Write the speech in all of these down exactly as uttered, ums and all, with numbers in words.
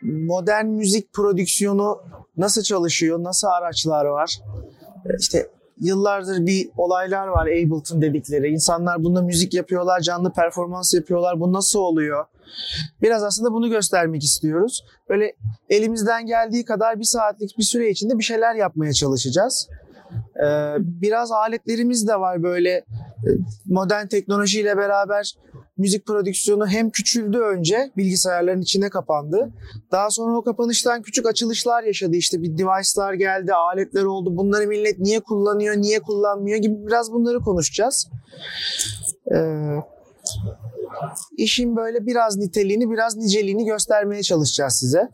modern müzik prodüksiyonu nasıl çalışıyor, nasıl araçlar var? İşte yıllardır bir olaylar var, Ableton dedikleri. İnsanlar bununla müzik yapıyorlar, canlı performans yapıyorlar. Bu nasıl oluyor? Biraz aslında bunu göstermek istiyoruz. Böyle elimizden geldiği kadar bir saatlik bir süre içinde bir şeyler yapmaya çalışacağız. Ee, biraz aletlerimiz de var böyle modern teknolojiyle beraber müzik prodüksiyonu hem küçüldü önce, bilgisayarların içine kapandı. Daha sonra o kapanıştan küçük açılışlar yaşadı. İşte bir device'lar geldi, aletler oldu. Bunları millet niye kullanıyor, niye kullanmıyor gibi biraz bunları konuşacağız. Ee, işin böyle biraz niteliğini, biraz niceliğini göstermeye çalışacağız size.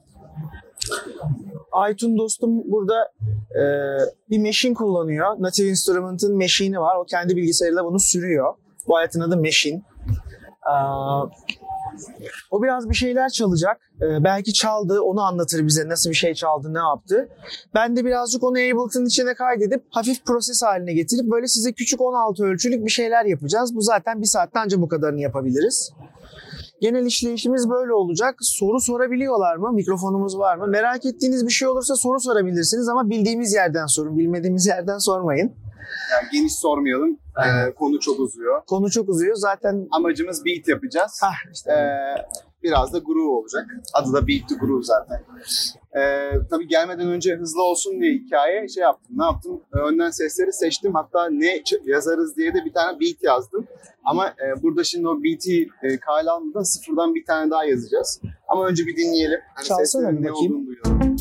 Aytun dostum burada e, bir machine kullanıyor. Native Instruments'ın machine'i var. O kendi bilgisayarıyla bunu sürüyor. Bu aletın adı Machine. Ee, o biraz bir şeyler çalacak. Ee, belki çaldı, onu anlatır bize nasıl bir şey çaldı, ne yaptı. Ben de birazcık onu Ableton'ın içine kaydedip hafif proses haline getirip böyle size küçük on altı ölçülük bir şeyler yapacağız. Bu zaten bir saatte ancak bu kadarını yapabiliriz. Genel işleyişimiz böyle olacak. Soru sorabiliyorlar mı? Mikrofonumuz var mı? Merak ettiğiniz bir şey olursa soru sorabilirsiniz ama bildiğimiz yerden sorun. Bilmediğimiz yerden sormayın. Yani geniş sormayalım. Ee, konu çok uzuyor. Konu çok uzuyor. Zaten amacımız beat yapacağız. Hah, işte. ee, biraz da groove olacak. Adı da Beat to Groove zaten. Ee, tabii gelmeden önce hızlı olsun diye hikaye şey yaptım. Ne yaptım? Önden sesleri seçtim. Hatta ne yazarız diye de bir tane beat yazdım. Ama e, burada şimdi o beat'i e, kale almadan sıfırdan bir tane daha yazacağız. Ama önce bir dinleyelim. Hani çalsana bir ne bakayım. olduğunu duyalım.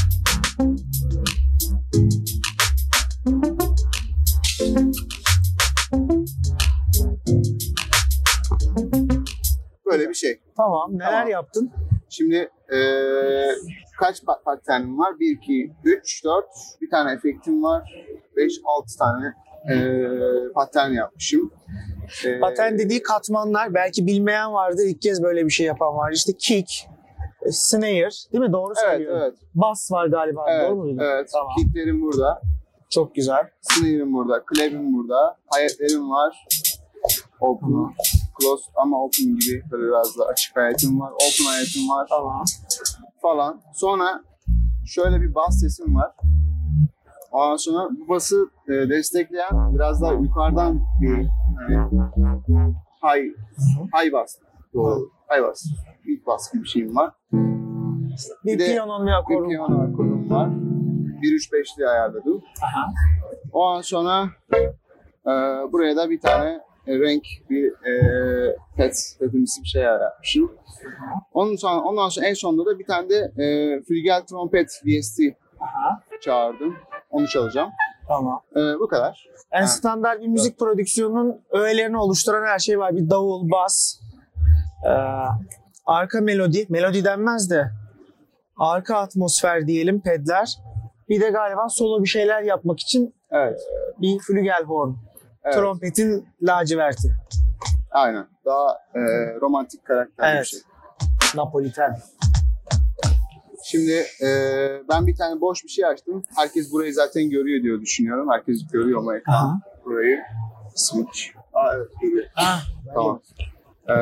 Böyle bir şey. Tamam. Neler Tamam. yaptın? Şimdi e, kaç paternim var? bir, iki, üç, dört. Bir tane efektim var. beş, altı tane e, patern yapmışım. E, Pattern dediği katmanlar. Belki bilmeyen vardır. İlk kez böyle bir şey yapan var. İşte kick, snare, değil mi? Doğru Evet, söylüyorum. evet. Bass var galiba. Evet, Doğru mu duydum? evet. Tamam. Kicklerim burada. Çok güzel. Snare'im burada. Clap'im burada. Hi-hat'lerim var. Open, closed ama open gibi böyle biraz da açık hi-hat'im var. Open hi-hat'im var. Tamam. Falan. Sonra şöyle bir bass sesim var. Ondan sonra bu bası e, destekleyen biraz daha yukarıdan bir hani, high, high bass. Doğru. High bass. Big bass gibi bir şeyim var. Bir, Bir de piyanon bir Bir akorum. piyano akordum var. bir üç beşli ayarladım. Aha. Ondan sonra e, buraya da bir tane e, renk bir e, pet, petimsi bir şey yapmışım. Ondan sonra, ondan sonra en sonunda da bir tane de e, flügel trompet V S T Aha. çağırdım. Onu çalacağım. Tamam. E, bu kadar. En Ha. standart bir müzik prodüksiyonunun öğelerini oluşturan her şey var. Bir davul, bas, e, arka melodi, melodi denmez de arka atmosfer diyelim, pedler. Bir de galiba solo bir şeyler yapmak için Evet. bir flügelhorn. Evet. Trompetin laciverti. Aynen. Daha e, romantik karakterli Evet. bir şey. Napoliten. Şimdi e, ben bir tane boş bir şey açtım. Herkes burayı zaten görüyor diye düşünüyorum. Herkes görüyor mu ekran Aha. burayı? Switch. Aa, evet, görüyor. Ah, Tamam. Ee,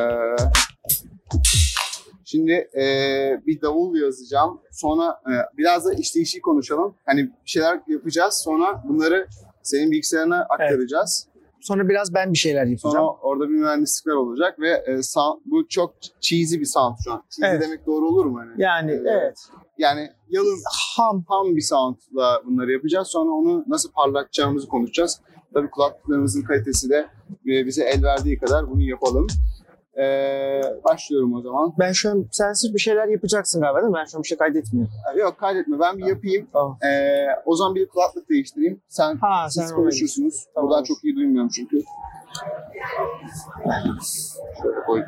şimdi e, bir davul yazacağım. Sonra e, biraz da işleyişi konuşalım. Hani bir şeyler yapacağız. Sonra bunları senin bilgisayarına aktaracağız. Sonra biraz ben bir şeyler yapacağım. Sonra orada bir mühendislikler olacak ve e, sound, bu çok cheesy bir sound şu an. Cheesy Evet. demek doğru olur mu? Hani? Yani Ee, evet. Yani yalın, Ham. ham bir soundla bunları yapacağız. Sonra onu nasıl parlatacağımızı konuşacağız. Tabii kulaklıklarımızın kalitesi de e, bize el verdiği kadar bunu yapalım. Ee, başlıyorum o zaman. Ben şu an sen sırf bir şeyler yapacaksın galiba değil mi? Ben şu an bir şey kaydetmiyorum. Ee, Yok kaydetme. Ben bir yapayım. Tamam. Ee, o zaman bir kulaklık değiştireyim. Sen, Ha, siz sen konuşursunuz. Tamam. Buradan çok iyi duymuyorum çünkü. Şöyle koy.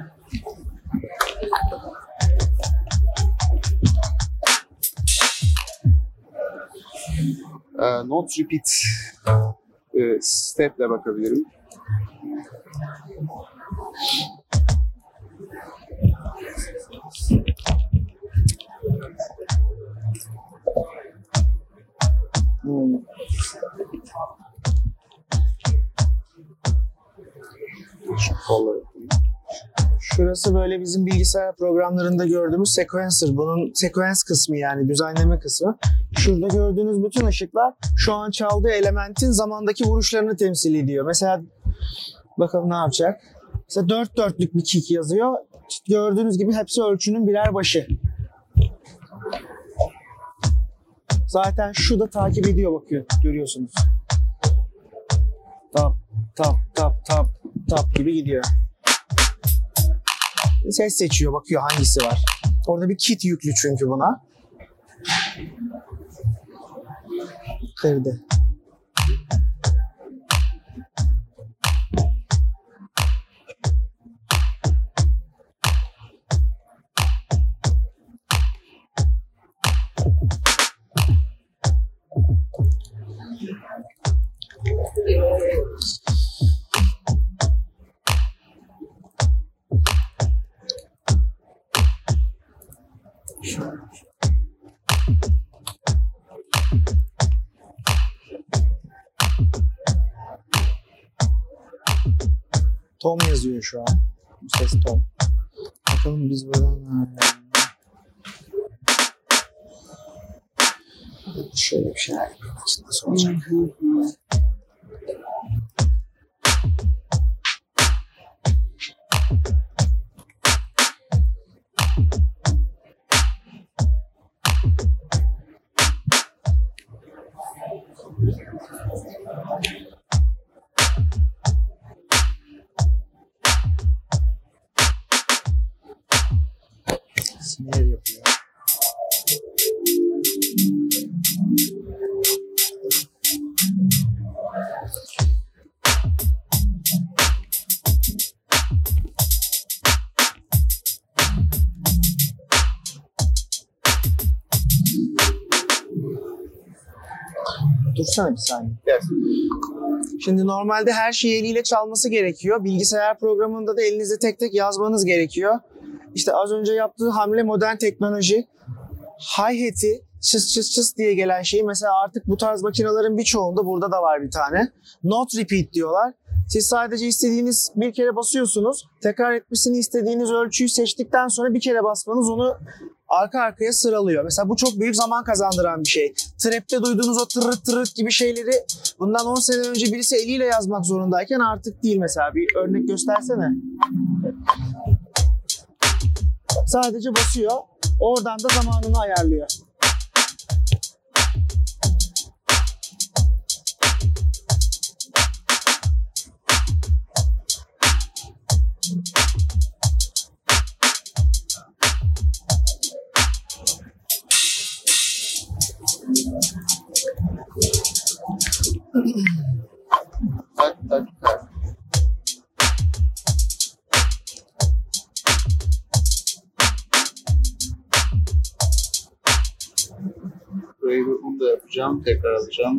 Ee, not repeat e, step'le bakabilirim. Hmm. Şu kolları yapayım. Şu Şurası böyle bizim bilgisayar programlarında gördüğümüz sequencer. Bunun sequence kısmı yani düzenleme kısmı. Şurada gördüğünüz bütün ışıklar şu an çaldığı elementin zamandaki vuruşlarını temsil ediyor. Mesela bakalım ne yapacak. Mesela dört dörtlük bir kick yazıyor. Gördüğünüz gibi hepsi ölçünün birer başı. Zaten şu da takip ediyor bakıyor. Görüyorsunuz. Tap tap tap tap tap gibi gidiyor. Ses seçiyor, bakıyor hangisi var. Orada bir kit yüklü çünkü buna. Kırdı. Tom yazıyor şu an. Bu ses Tom. Bakalım biz buradan... Şöyle bir şeyler yapayım. Nasıl olacak? Sinir yapıyor. Dursana bir saniye. Evet. Şimdi normalde her şeyi eliyle çalması gerekiyor. Bilgisayar programında da elinizde tek tek yazmanız gerekiyor. İşte az önce yaptığı hamle modern teknoloji. Hi-hat'i çıs çıs çıs diye gelen şeyi mesela artık bu tarz makinelerin birçoğunda, burada da var bir tane. Not repeat diyorlar. Siz sadece istediğiniz bir kere basıyorsunuz. Tekrar etmesini istediğiniz ölçüyü seçtikten sonra bir kere basmanız onu arka arkaya sıralıyor. Mesela bu çok büyük zaman kazandıran bir şey. Trap'te duyduğunuz o tırırt tırırt gibi şeyleri bundan on sene önce birisi eliyle yazmak zorundayken artık değil mesela. Bir örnek göstersene. Sadece basıyor. Oradan da zamanını ayarlıyor. Tak tak tak. Burayı bunu da yapacağım. Tekrar alacağım.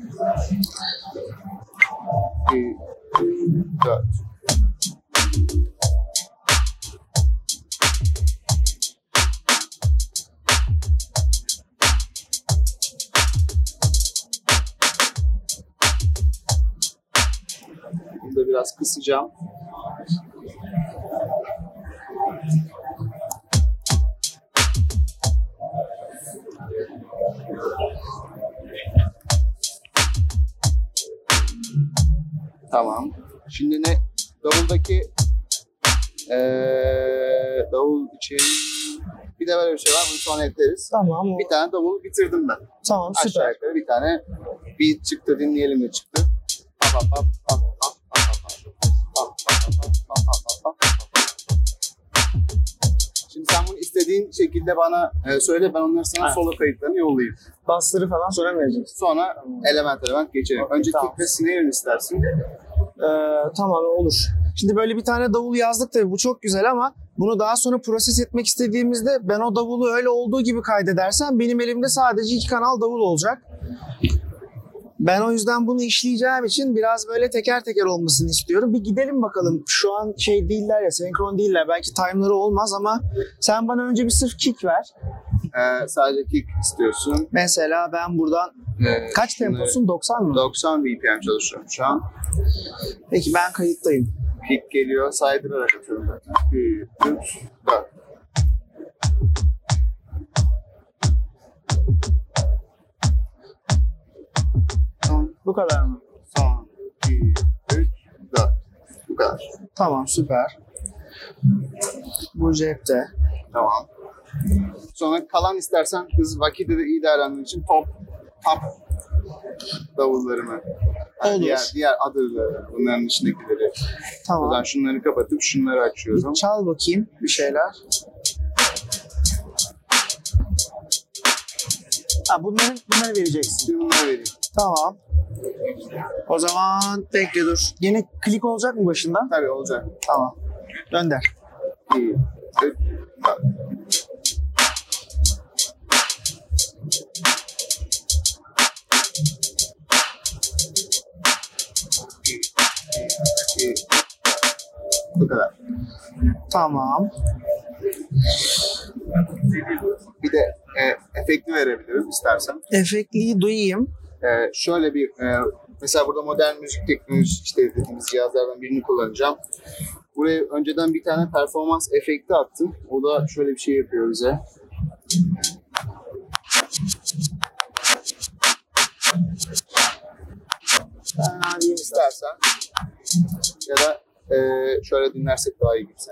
Bir, dört. Bunu da biraz kısacağım. Tamam. Şimdi ne? Davuldaki ee, davul için bir de böyle bir şey var. Bunu sonra ekleriz. Tamam. Bir tane davul bitirdim ben. Tamam, Aşağı süper. yukarı bir tane beat çıktı. Dinleyelim ne çıktı. Hap hap hap hap hap hap hap hap hap hap hap. Şimdi sen bunu istediğin şekilde bana e, söyle, ben onları sana Evet. solo kayıtlarını yollayayım. Basları falan sonra mı vereceksin? Sonra element element geçelim. Okey, Önce tamam. kick ve snare mi istersin? Ee, tamam, olur. Şimdi böyle bir tane davul yazdık tabii, bu çok güzel ama bunu daha sonra proses etmek istediğimizde ben o davulu öyle olduğu gibi kaydedersem benim elimde sadece iki kanal davul olacak. Ben o yüzden bunu işleyeceğim için biraz böyle teker teker olmasını istiyorum. Bir gidelim bakalım. Şu an şey değiller ya, senkron değiller. Belki time'ları olmaz ama sen bana önce bir sırf kick ver. Ee, sadece kick istiyorsun. Mesela ben buradan Ee, kaç şunu- temposun? doksan mı? doksan B P M çalışıyorum şu an. Peki ben kayıttayım. Kick geliyor. Saydırarak atıyorum zaten. bir, üç, dört. Bu kadar mı? Son, iki, üç, dört. Bu kadar. Tamam, süper. Bu cepte. Tamam. Sonra kalan istersen hız vakiti de iyi değerlendirmek için top, tap davullarımı. Yani Olur. diğer, diğer adırları, bunların dışındakileri. O Tamam. zaman şunları kapatıp şunları açıyorum. Bir çal bakayım bir şeyler. Ha, bunları, bunları vereceksin. Şimdi bunları vereyim. Tamam. O zaman bekle dur. Yine klik olacak mı başında? Tabii olacak. Tamam. Gönder. İyi. Üç, dört. İyi. Bu kadar. Tamam. Bir de e, efekti verebilirim istersen. Efektliyi duyayım. E, şöyle bir, e, mesela burada modern müzik teknolojisi işte dediğimiz cihazlardan birini kullanacağım. Buraya önceden bir tane performans efekti attım. O da şöyle bir şey yapıyor bize. Fena değil. İstersen ya da e, şöyle dinlersek daha iyi gitse.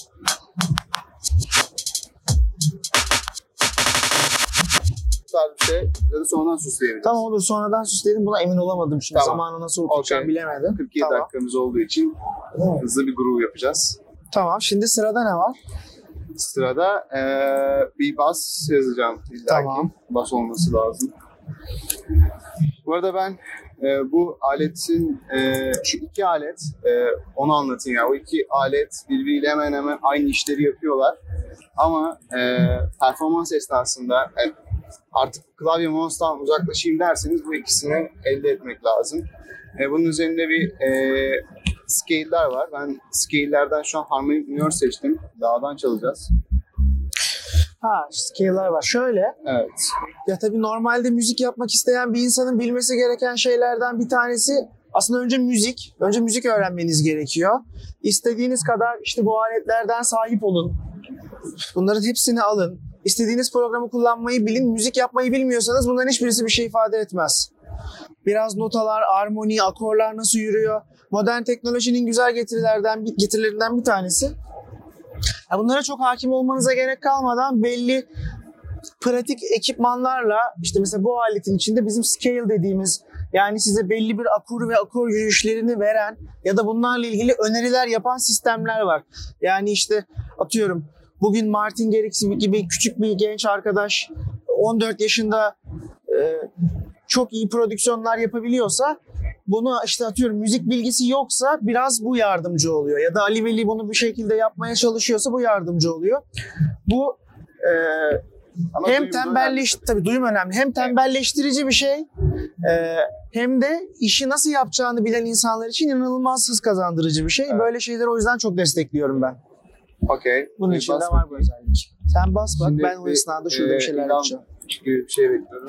Bu tarz bir şey ya da sonradan süsleyebiliriz. Tamam olur, sonradan süsleyelim. Buna emin olamadım şimdi. Tamam. Zamanı nasıl oturtacağım Okay. bilemedim. kırk yedi Tamam. dakikamız olduğu için hızlı bir groove yapacağız. Tamam, şimdi sırada ne var? Sırada e, bir bas yazacağım. İlla Tamam. ki. Bas olması lazım. Bu arada ben e, bu aletin, e, şu iki alet, e, onu anlatayım ya. O iki alet birbiriyle hemen hemen aynı işleri yapıyorlar. Ama e, performans esnasında e, artık klavye mouse'tan uzaklaşayım derseniz bu ikisini elde etmek lazım. E, bunun üzerinde bir e, scale'ler var. Ben scale'lerden şu an Harmonic Minor seçtim. Dağdan çalacağız. Ha, scale'lar var. Şöyle, Evet. ya tabii normalde müzik yapmak isteyen bir insanın bilmesi gereken şeylerden bir tanesi aslında önce müzik. Önce müzik öğrenmeniz gerekiyor. İstediğiniz kadar işte bu aletlerden sahip olun. Bunların hepsini alın. İstediğiniz programı kullanmayı bilin. Müzik yapmayı bilmiyorsanız bunların hiçbirisi bir şey ifade etmez. Biraz notalar, armoni, akorlar nasıl yürüyor? Modern teknolojinin güzel getirilerden, getirilerinden bir tanesi. Ya bunlara çok hakim olmanıza gerek kalmadan belli pratik ekipmanlarla, işte mesela bu aletin içinde bizim scale dediğimiz, yani size belli bir akor ve akor yürüyüşlerini veren ya da bunlarla ilgili öneriler yapan sistemler var. Yani işte atıyorum bugün Martin Garrix gibi küçük bir genç arkadaş on dört yaşında e, çok iyi prodüksiyonlar yapabiliyorsa, bunu işte atıyorum müzik bilgisi yoksa biraz bu yardımcı oluyor. Ya da Ali Veli bunu bir şekilde yapmaya çalışıyorsa bu yardımcı oluyor. Bu e, Ama hem duyum da tembelleş önemli. tabii duyum önemli. Hem tembelleştirici bir şey, e, hem de işi nasıl yapacağını bilen insanlar için inanılmaz hız kazandırıcı bir şey. Evet. Böyle şeyleri o yüzden çok destekliyorum ben. Okey. Bunun Bir içinde bas var bu bakayım. özellik. Sen bas bak, Şimdi ben o bir, esnada şurada e, bir şeyler ilan yapacağım. gibi bir şey bekliyorum.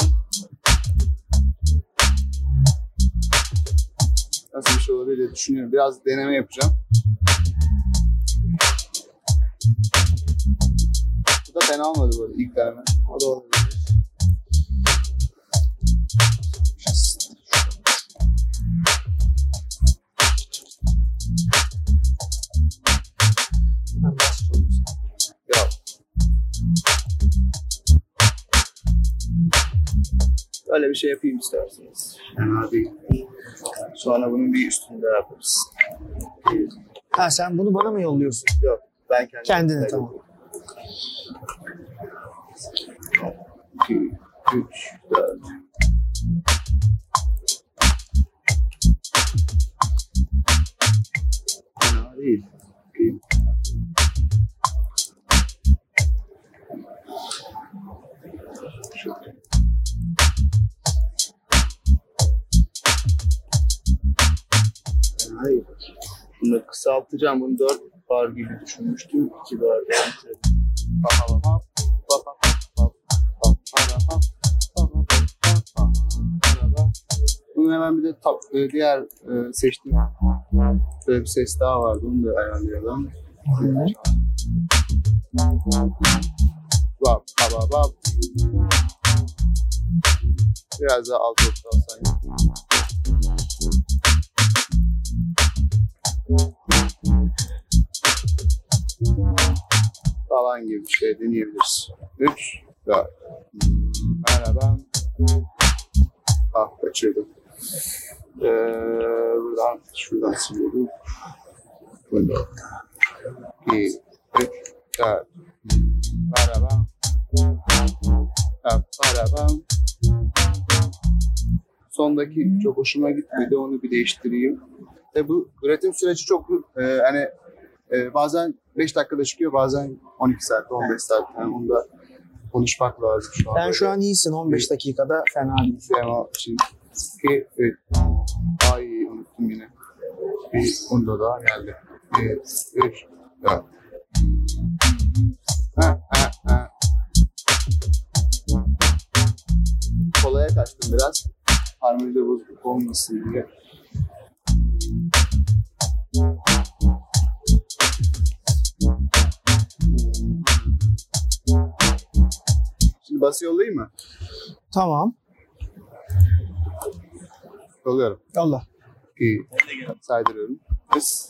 Nasıl bir şey olabilir diye düşünüyorum. Biraz deneme yapacağım. Bu da fena olmadı bu arada ilk deneme. O da olabilir. Ya. Böyle bir şey yapayım isterseniz. Fena değil. Sonra bunun bir üstünde yaparız. Ha, sen bunu bana mı yolluyorsun? Yok. Ben kendim. Kendine, tamam. iki, üç, dört. Fena değil. İki. Şöyle. Fena değil. Bunu kısaltacağım. Bunu dört bar gibi düşünmüştüm. iki bar. Bunu hemen bir de top, e, diğer e, seçtiğim böyle bir ses daha vardı. Onu da ayarlayalım. Bap, bap, bap. Biraz daha alt oktav sayın. Falan gibi bir şey deneyebiliriz. üç, dört. Merhaba. Ah, kaçırdım. Ee, buradan, şuradan siliyorduk. Burada. iki, üç, dört. Merhaba. Evet, merhaba. Sondaki çok hoşuma gitmedi. Onu bir değiştireyim. E bu üretim süreci çok e, hani e, bazen beş dakikada çıkıyor, bazen on iki saat, on beş saat. Yani onu da konuşmak lazım şu an. Ben şu an iyisin. on beş dakikada fena değil. Demo için. Ki, evet. Ay unuttum yine. Bir onda da geldi. Bir, üç, dört. Ha, ha, ha. Kolaya kaçtım biraz. Harmonide bozukluk olmasın diye. Şimdi bası yollayayım mı? Tamam. Yolluyorum. Yolla. İyi. Saydırıyorum. Kız.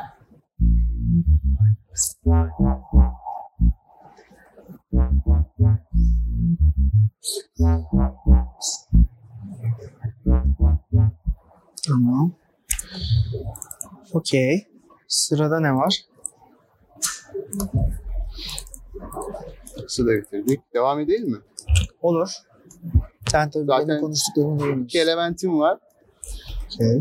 Tamam. Okey. Sırada ne var? Kısı da bitirdik. Devam edelim mi? Olur. Sen tabii Zaten benim konuştuklarımı duymuyorsun. İki elementim var. Okey.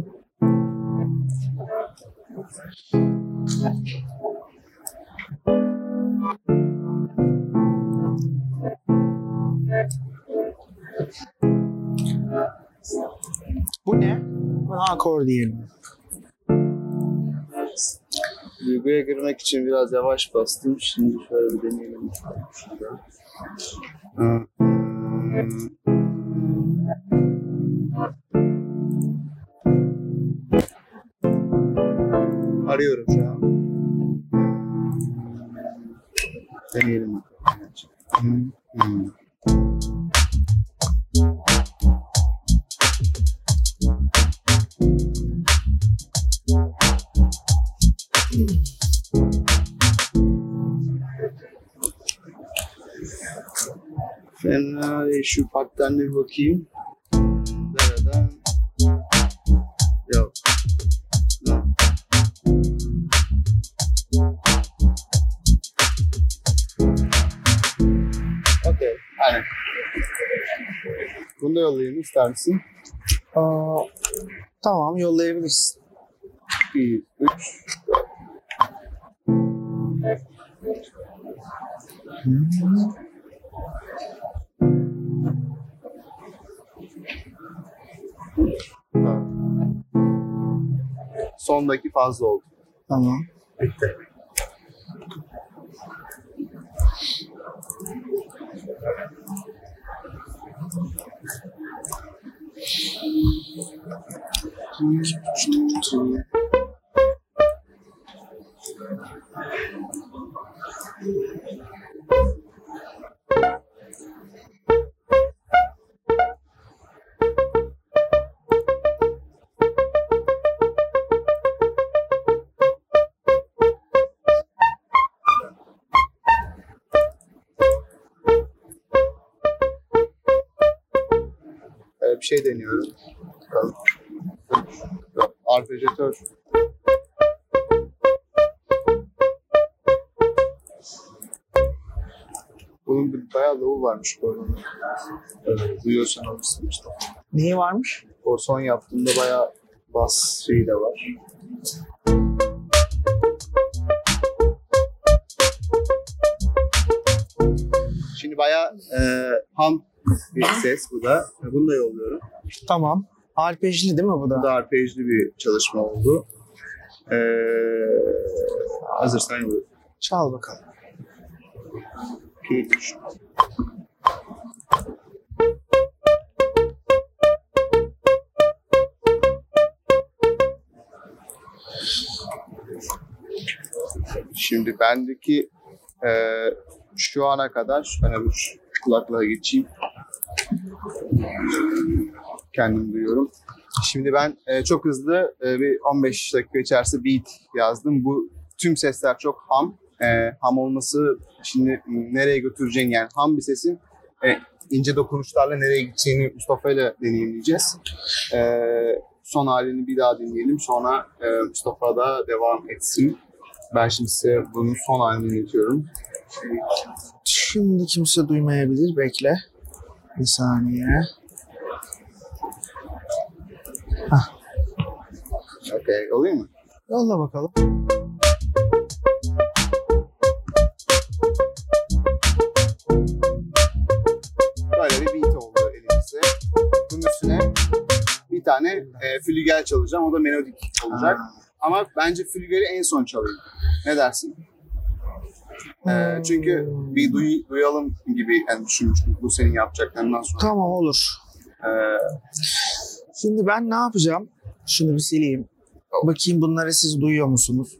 Bu ne? Buna akor diyelim. Duyguya girmek için biraz yavaş bastım. Şimdi şöyle bir deneyelim. Şurada. Arıyorum şu an. Deneyelim. Hmm. Hmm. Fena değil. Şu patlarına bir bakayım. Nereden? Yok. Okey. Aynen. Bunu da yollayayım ister misin? Aa, tamam, yollayabilirsin. Bir, üç, dört. Sondaki fazla oldu. Tamam. Bitti. Ee, bir şey deniyorum. Bakalım. Arpejatör. Bunun bir bayağı low varmış bu arada. Evet, duyuyorsan alırsın işte. Neyi varmış? O son yaptığımda bayağı bas şeyi de var. Şimdi bayağı e, ham bir ses bu da. Bunu da yolluyorum. Tamam. Arpejli değil mi bu da? Bu da arpejli bir çalışma oldu. Ee, hazırsan yolluyorum. Çal bakalım. iki, üç. Şimdi bendeki e, şu ana kadar, ben öbür kulaklığa geçeyim. Kendim duyuyorum. Şimdi ben e, çok hızlı e, bir on beş dakika içerisinde beat yazdım. Bu tüm sesler çok ham. E, ham olması şimdi nereye götüreceğin, yani ham bir sesin e, ince dokunuşlarla nereye gideceğini Mustafa ile deneyimleyeceğiz. E, son halini bir daha dinleyelim. Sonra e, Mustafa da devam etsin. Ben şimdi size bunun son halini dinletiyorum. Şimdi kimse duymayabilir. Bekle. Bir saniye. Hah. Okay, olayım mı? Yolla bakalım. Böyle bir beat oldu elimizde. Bunun üstüne bir tane e, flügel çalacağım. O da melodik olacak. Aa. Ama bence flügeli en son çalayım. Ne dersin? E, çünkü bir duy, duyalım gibi yani düşünmüştüm bu senin yapacaklarından sonra. Tamam, olur. E, Şimdi ben ne yapacağım? Şunu bir sileyim. Bakayım bunları siz duyuyor musunuz?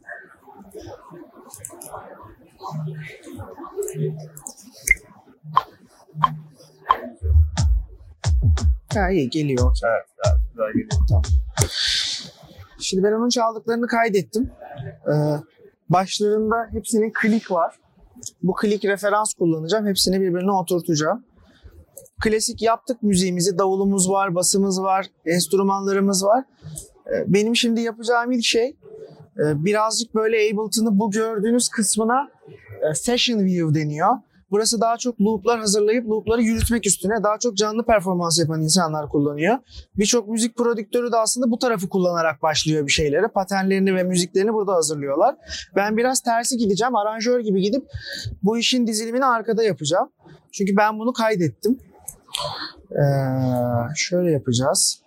Ha, iyi geliyor. evet, evet, güzel geliyor. Tamam. Şimdi ben onun çaldıklarını kaydettim. Ee, başlarında hepsinin klik var. Bu klik referans kullanacağım. Hepsini birbirine oturtacağım. Klasik yaptık müziğimizi. Davulumuz var, basımız var, enstrümanlarımız var. Ee, benim şimdi yapacağım ilk şey e, birazcık böyle Ableton'ı bu gördüğünüz kısmına e, Session View deniyor. Burası daha çok loop'lar hazırlayıp loop'ları yürütmek üstüne daha çok canlı performans yapan insanlar kullanıyor. Birçok müzik prodüktörü de aslında bu tarafı kullanarak başlıyor bir şeylere. Paternlerini ve müziklerini burada hazırlıyorlar. Ben biraz tersi gideceğim. Aranjör gibi gidip bu işin dizilimini arkada yapacağım. Çünkü ben bunu kaydettim. Ee, şöyle yapacağız.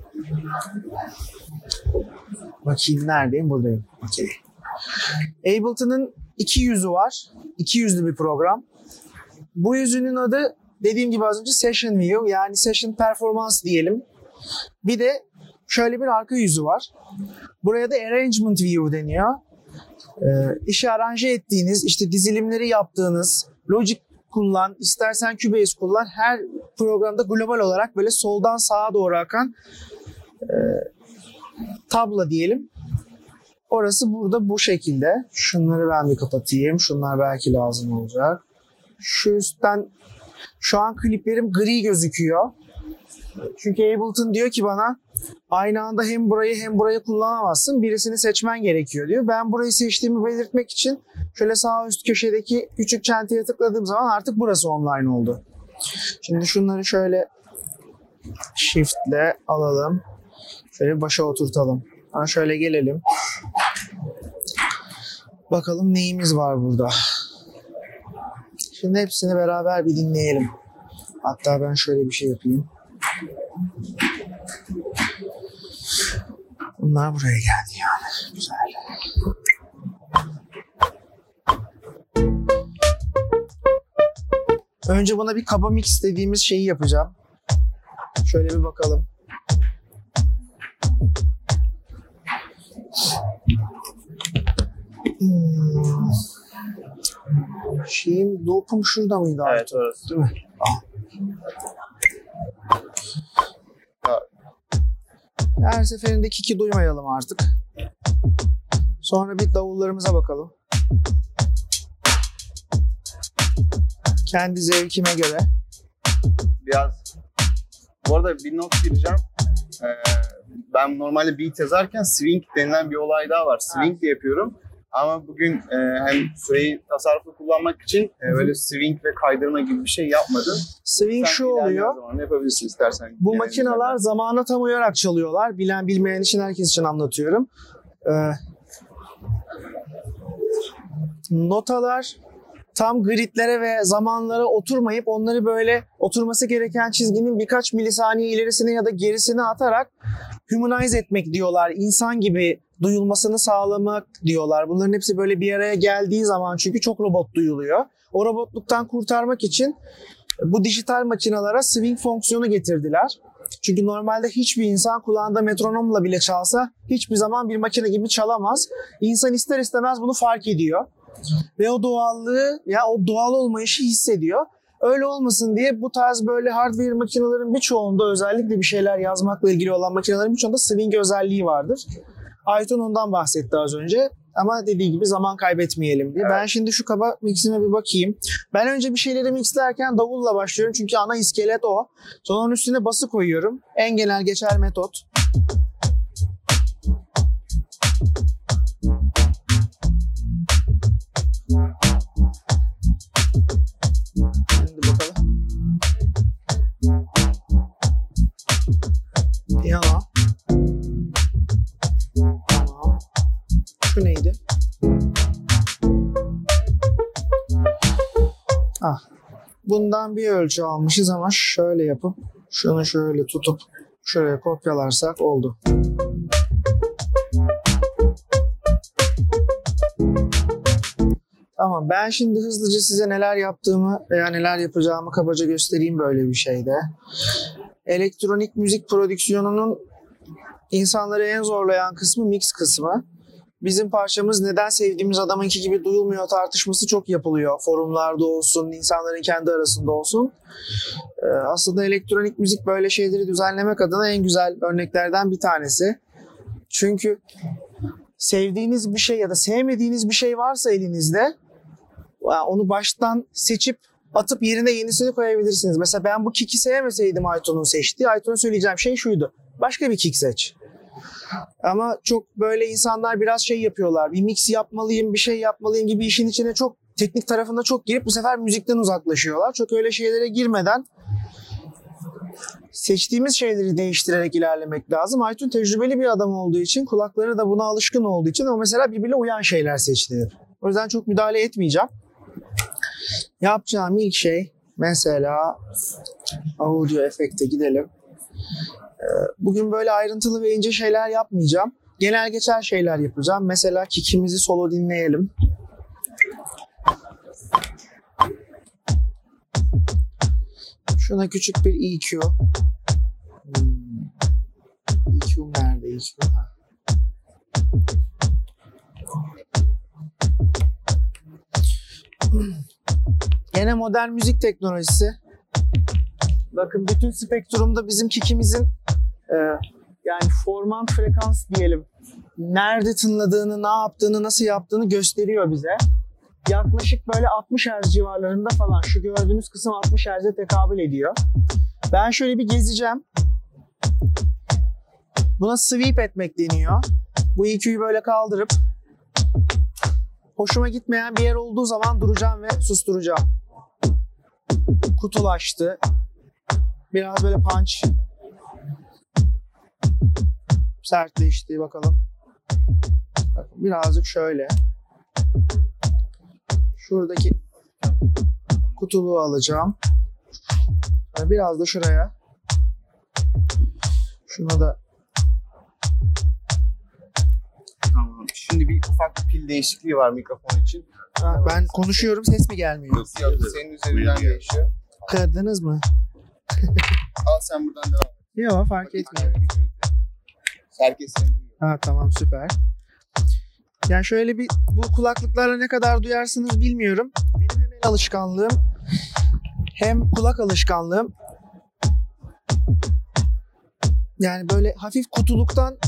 Bakayım neredeyim? Buradayım. Okay. Ableton'ın iki yüzü var. İki yüzlü bir program. Bu yüzünün adı dediğim gibi az önce Session View, yani Session Performance diyelim. Bir de şöyle bir arka yüzü var. Buraya da Arrangement View deniyor. Ee, işi aranje ettiğiniz, işte dizilimleri yaptığınız, Logic kullan, istersen Cubase kullan, her programda global olarak böyle soldan sağa doğru akan e, tabla diyelim. Orası burada bu şekilde. Şunları ben bir kapatayım. Şunlar belki lazım olacak. Şu üstten şu an kliplerim gri gözüküyor. Çünkü Ableton diyor ki bana aynı anda hem burayı hem burayı kullanamazsın. Birisini seçmen gerekiyor diyor. Ben burayı seçtiğimi belirtmek için şöyle sağ üst köşedeki küçük çenteye tıkladığım zaman artık burası online oldu. Şimdi şunları şöyle shift'le alalım. Şöyle başa oturtalım. Ha, şöyle gelelim. Bakalım neyimiz var burada. Şimdi hepsini beraber bir dinleyelim. Hatta ben şöyle bir şey yapayım. Bunlar buraya geldi yani. Güzel. Önce buna bir kaba mix dediğimiz şeyi yapacağım. Şöyle bir bakalım. Hmm. Şeyin loop'um şurada mıydı? Evet, artık? orası. Değil mi? Her seferinde kiki duymayalım artık. Sonra bir davullarımıza bakalım. Kendi zevkime göre. Biraz. Bu arada bir not gireceğim. Ee, ben normalde beat yazarken swing denilen bir olay daha var. Swing de yapıyorum. Ama bugün e, hem süreyi tasarruflu kullanmak için e, böyle swing ve kaydırma gibi bir şey yapmadım. Swing Sen şu ilerleyen oluyor. zaman yapabilirsin istersen. Bu Genel makineler üzerinden. zamana tam uyarak çalıyorlar. Bilen bilmeyen için herkes için anlatıyorum. Ee, notalar tam gridlere ve zamanlara oturmayıp onları böyle oturması gereken çizginin birkaç milisaniye ilerisine ya da gerisine atarak humanize etmek diyorlar. İnsan gibi duyulmasını sağlamak diyorlar. Bunların hepsi böyle bir araya geldiği zaman çünkü çok robot duyuluyor. O robotluktan kurtarmak için bu dijital makinalara swing fonksiyonu getirdiler. Çünkü normalde hiçbir insan kulağında metronomla bile çalsa hiçbir zaman bir makine gibi çalamaz. İnsan ister istemez bunu fark ediyor. Ve o doğallığı, ya o doğal olmayışı hissediyor. Öyle olmasın diye bu tarz böyle hardware makinelerin birçoğunda, özellikle bir şeyler yazmakla ilgili olan makinelerin birçoğunda swing özelliği vardır. Aytun ondan bahsetti az önce. Ama dediği gibi zaman kaybetmeyelim diye. Evet. Ben şimdi şu kaba mixime bir bakayım. Ben önce bir şeyleri mixlerken davulla başlıyorum. Çünkü ana iskelet o. Sonra onun üstüne bası koyuyorum. En genel geçer metot. Şimdi bakalım. Piyano. Tamam. Şu neydi? Ah. Bundan bir ölçü almışız ama şöyle yapıp şunu şöyle tutup şuraya kopyalarsak oldu. Tamam, ben şimdi hızlıca size neler yaptığımı veya neler yapacağımı kabaca göstereyim böyle bir şeyde. Elektronik müzik prodüksiyonunun insanları en zorlayan kısmı mix kısmı. Bizim parçamız neden sevdiğimiz adamınki gibi duyulmuyor tartışması çok yapılıyor. Forumlarda olsun, insanların kendi arasında olsun. Ee, aslında elektronik müzik böyle şeyleri düzenlemek adına en güzel örneklerden bir tanesi. Çünkü sevdiğiniz bir şey ya da sevmediğiniz bir şey varsa elinizde, onu baştan seçip atıp yerine yenisini koyabilirsiniz. Mesela ben bu kick'i sevmeseydim Aytun'un seçtiği, Aytun'a söyleyeceğim şey şuydu: başka bir kick seç. Ama çok böyle insanlar biraz şey yapıyorlar. Bir mix yapmalıyım, bir şey yapmalıyım gibi işin içine çok teknik tarafında çok girip bu sefer müzikten uzaklaşıyorlar. Çok öyle şeylere girmeden seçtiğimiz şeyleri değiştirerek ilerlemek lazım. Aytun tecrübeli bir adam olduğu için, kulakları da buna alışkın olduğu için o mesela birbirine uyan şeyler seçti. O yüzden çok müdahale etmeyeceğim. Yapacağım ilk şey mesela audio efekte gidelim. Bugün böyle ayrıntılı ve ince şeyler yapmayacağım. Genel geçer şeyler yapacağım. Mesela kick'imizi solo dinleyelim. Şuna küçük bir E Q. Hmm. E Q nerede? E Q. Ha. Gene modern müzik teknolojisi. Bakın bütün spektrumda bizim kick'imizin e, yani formant frekans diyelim, nerede tınladığını, ne yaptığını, nasıl yaptığını gösteriyor bize. Yaklaşık böyle altmış hertz civarlarında falan. Şu gördüğünüz kısım altmış hertz'e tekabül ediyor. Ben şöyle bir gezeceğim. Buna sweep etmek deniyor. Bu E Q'yu böyle kaldırıp hoşuma gitmeyen bir yer olduğu zaman duracağım ve susturacağım. Kutulaştı. Biraz böyle punch. Sertleşti bakalım. Bakın birazcık şöyle. Şuradaki kutuluğu alacağım. Biraz da şuraya. Şuna da. Tamam. Şimdi bir ufak bir pil değişikliği var mikrofon için. Ha, ben konuşuyorum, ses mi gelmiyor? Yok, senin üzerinden değişiyor. Kırdınız mı? Al sen buradan devam et. Yok, fark etmiyor. Herkes seni duyuyor. Ha tamam, süper. Yani şöyle bir, bu kulaklıklarla ne kadar duyarsınız bilmiyorum. Benim hem el alışkanlığım hem kulak alışkanlığım. Yani böyle hafif kutuluktan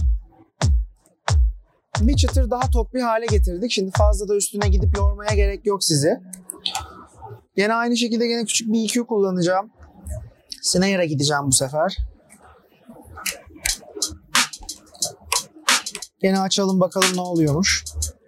bir çıtır daha tok bir hale getirdik. Şimdi fazla da üstüne gidip yormaya gerek yok sizi. Yine aynı şekilde yine küçük bir E Q kullanacağım. Snare'a gideceğim bu sefer. Yine açalım bakalım ne oluyormuş.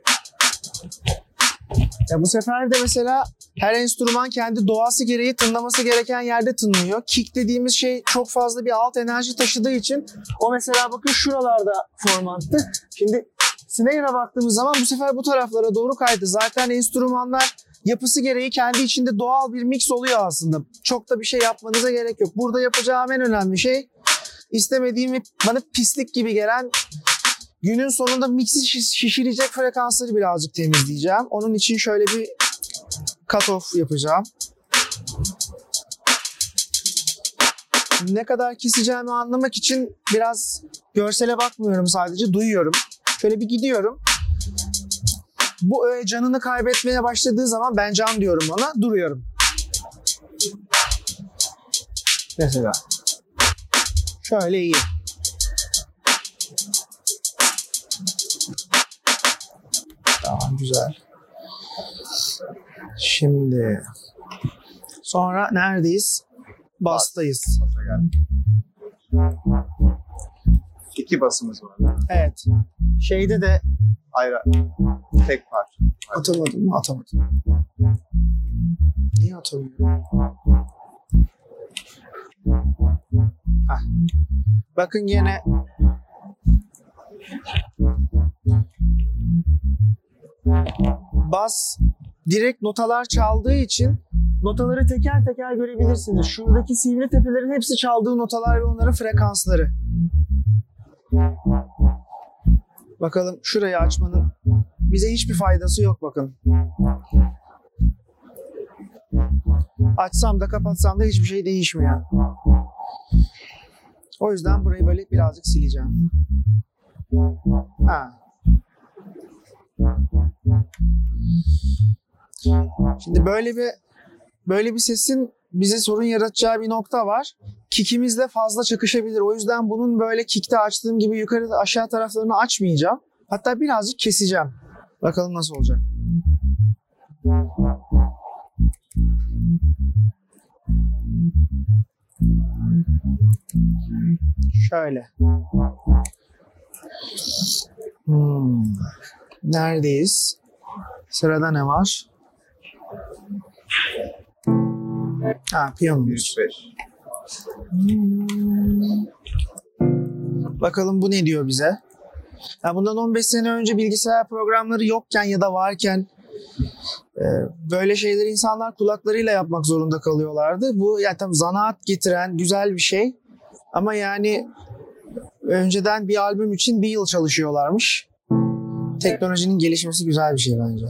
Ya bu sefer de mesela her enstrüman kendi doğası gereği tınlaması gereken yerde tınlıyor. Kick dediğimiz şey çok fazla bir alt enerji taşıdığı için o mesela bakın şuralarda formanttı. Şimdi snare'a baktığımız zaman bu sefer bu taraflara doğru kaydı. Zaten enstrümanlar yapısı gereği kendi içinde doğal bir mix oluyor aslında. Çok da bir şey yapmanıza gerek yok. Burada yapacağım en önemli şey, istemediğim ve bana pislik gibi gelen, günün sonunda mixi şişirecek frekansları birazcık temizleyeceğim. Onun için şöyle bir cut-off yapacağım. Ne kadar keseceğimi anlamak için biraz görsele bakmıyorum, sadece duyuyorum. Şöyle bir gidiyorum. Bu öğe canını kaybetmeye başladığı zaman ben can diyorum ona, duruyorum. Mesela. Şöyle iyi. Tamam, güzel. Şimdi sonra neredeyiz? Bass'tayız. Basa geldik. İki basımız var. Evet. Şeyde de Ayrı. Tek parça. atamadım mı? Atamadım. Niye atamıyorum? Heh. Bakın yine bas direkt notalar çaldığı için notaları teker teker görebilirsiniz. Şuradaki sivri tepelerin hepsi çaldığı notalar ve onların frekansları. Bakalım şurayı açmanın bize hiçbir faydası yok bakın. Açsam da kapatsam da hiçbir şey değişmiyor. O yüzden burayı böyle birazcık sileceğim. Ha. Şimdi böyle bir böyle bir sesin bize sorun yaratacağı bir nokta var. Kick'imizle fazla çakışabilir. O yüzden bunun böyle kick'te açtığım gibi yukarı aşağı taraflarını açmayacağım. Hatta birazcık keseceğim. Bakalım nasıl olacak. Şöyle. Hmm. Neredeyiz? Sırada ne var? Ha, piyano. yüz beş. Hmm. Bakalım bu ne diyor bize? Ya bundan on beş sene önce bilgisayar programları yokken ya da varken e, böyle şeyleri insanlar kulaklarıyla yapmak zorunda kalıyorlardı. Bu ya tam zanaat getiren güzel bir şey. Ama yani önceden bir albüm için bir yıl çalışıyorlarmış. Teknolojinin gelişmesi güzel bir şey bence.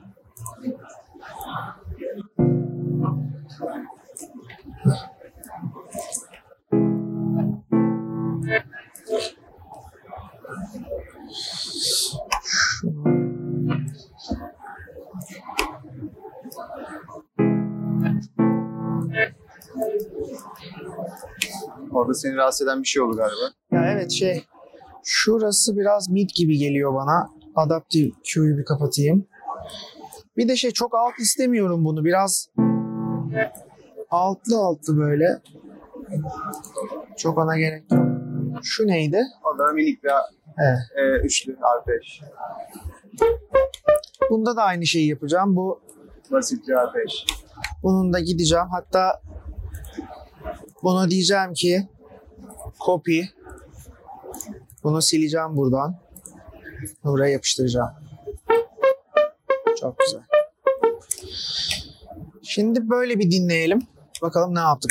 Orada seni rahatsız eden bir şey oldu galiba. Ya evet şey, şurası biraz mid gibi geliyor bana. Adaptive Q'yu bir kapatayım. Bir de şey, çok alt istemiyorum bunu. Biraz altlı altlı böyle. Çok ona gerek yok. Şu neydi? Orada minik bir Evet. e, üçlü R beş. Bunda da aynı şeyi yapacağım. Bu Basit bir R beş. bunun da gideceğim. Hatta buna diyeceğim ki copy. Bunu sileceğim buradan. Buraya yapıştıracağım. Çok güzel. Şimdi böyle bir dinleyelim. Bakalım ne yaptık.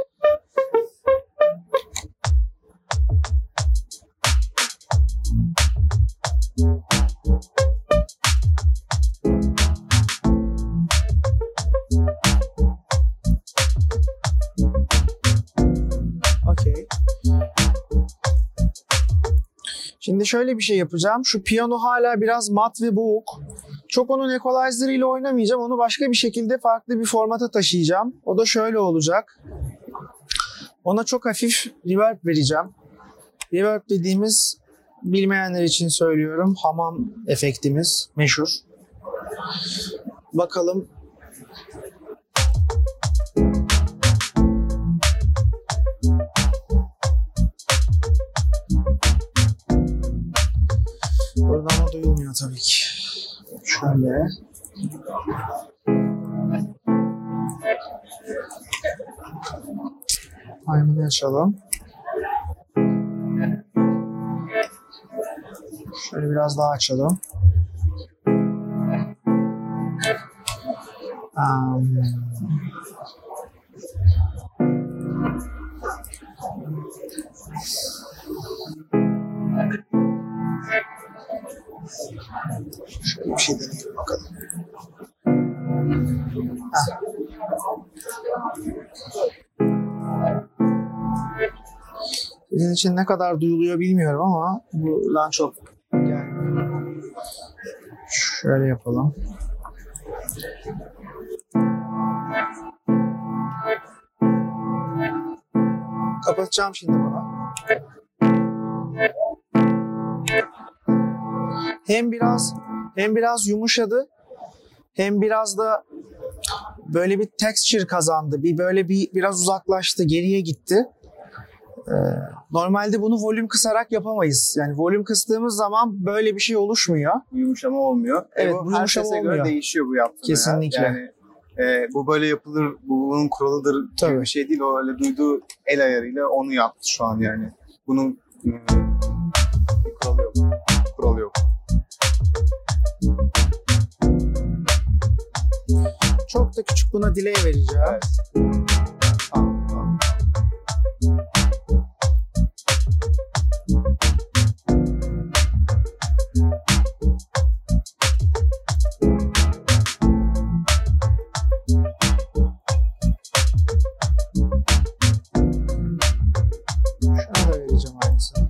Okey. Şimdi şöyle bir şey yapacağım. Şu piyano hala biraz mat ve boğuk. Çok onun equalizer ile oynamayacağım. Onu başka bir şekilde farklı bir formata taşıyacağım. O da şöyle olacak. Ona çok hafif reverb vereceğim. Reverb dediğimiz, bilmeyenler için söylüyorum, hamam efektimiz meşhur. Bakalım. Buradan ama duyulmuyor tabii ki. Şöyle. Aynını açalım. Şöyle biraz daha açalım. Um, Şöyle bir şey deneyelim bakalım. Heh. Sizin için ne kadar duyuluyor bilmiyorum ama buradan çok gelmiyor. Şöyle yapalım. Kapatacağım şimdi bunu. Hem biraz hem biraz yumuşadı, hem biraz da böyle bir texture kazandı. Bir böyle bir biraz uzaklaştı, geriye gitti. Ee, normalde bunu volüm kısarak yapamayız. Yani volüm kıstığımız zaman böyle bir şey oluşmuyor. Yumuşama olmuyor. Evet, e, bu bu her yumuşama sese olmuyor. göre değişiyor bu yaptığın. Kesinlikle. Yani e, bu böyle yapılır, bu bunun kuralıdır gibi Tabii. bir şey değil. O öyle duyduğu el ayarıyla onu yaptı şu an yani. Bunun e, bir kuralı yok. Kuralı yok. Çok da küçük buna delay vereceğim. Evet. Tamam, tamam. Şuna da vereceğim aynısını.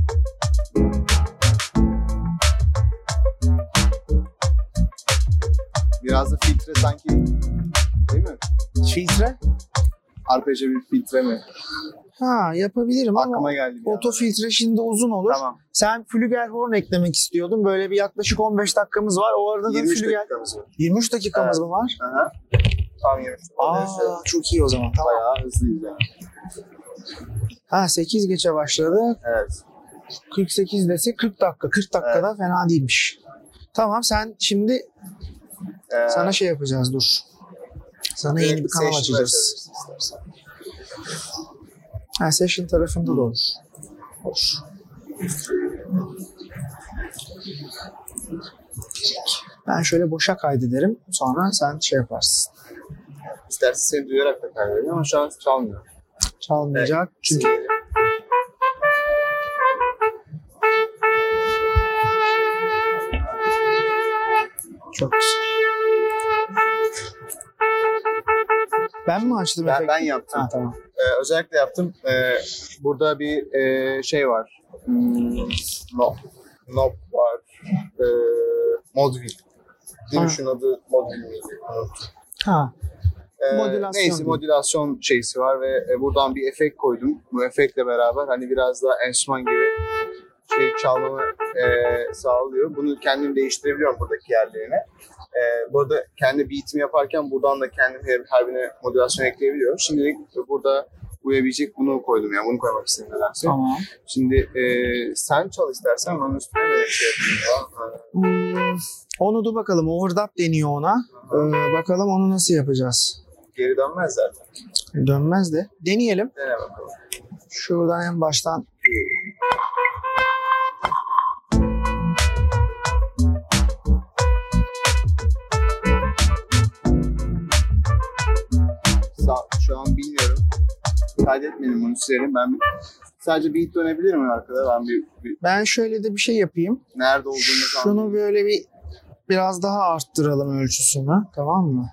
Biraz da filtre sanki, değil mi? Filtre? Arpejde bir filtre mi? Ha, yapabilirim ama Aklıma geldi bir oto anda. filtre şimdi uzun olur. Tamam. Sen Flügelhorn eklemek istiyordun. Böyle bir yaklaşık on beş dakikamız var. O arada da yirmi üç Flügel... dakikamız var. yirmi üç dakikamız Evet. mı var? Aha. Tam yirmi üç. Aa, çok iyi o zaman. Tamam. Bayağı hızlıyız yani. Ha, sekiz geçe başladı. Evet. kırk sekiz desek kırk dakika. kırk dakikada fena değilmiş. Tamam, sen şimdi Ee, sana şey yapacağız, dur. Sana yeni bir kanal session açacağız. açabilirsin istersen. Ha, session tarafında da olur. Olur. Ben şöyle boşa kaydederim. Sonra sen şey yaparsın. İstersen seni duyarak da kaydediyor ama şu an çalmıyor. Çalmayacak. Çünkü çok güzel. Ben mi açtım Ben, efekti? ben yaptım. Ha, tamam. Ee, özellikle yaptım. Ee, burada bir e, şey var. Hmm, no, knob var. Ee, Modwheel. Değil Ha. mi? Şunun adı Modwheel miydi? Unuttum. Ha. Ee, Modülasyon neyse diyeyim. modülasyon şeysi var ve e, buradan bir efekt koydum. Bu efektle beraber hani biraz daha enstrüman gibi şey çalmamı e, sağlıyor. Bunu kendim değiştirebiliyorum buradaki yerlerine. E, bu arada kendi beatimi yaparken buradan da kendim her, her birine modülasyon ekleyebiliyorum. Şimdilik burada uyabilecek bunu koydum yani bunu koymak istedim nedense. Tamam. Şimdi e, sen çal istersen onun üstüne de şey yapayım. Hmm, onu dur bakalım. Overdub deniyor ona. Ee, bakalım onu nasıl yapacağız. Geri dönmez zaten. Dönmez de. Deneyelim. Dene bakalım. Şuradan en baştan. Sa- şu an bilmiyorum. Kaydetmedim bunu silerim. Ben bir- sadece beat dönebilir mi arkada? Ben bir, bir Ben şöyle de bir şey yapayım. nerede olduğunu Şunu böyle bir biraz daha arttıralım ölçüsünü. Tamam mı?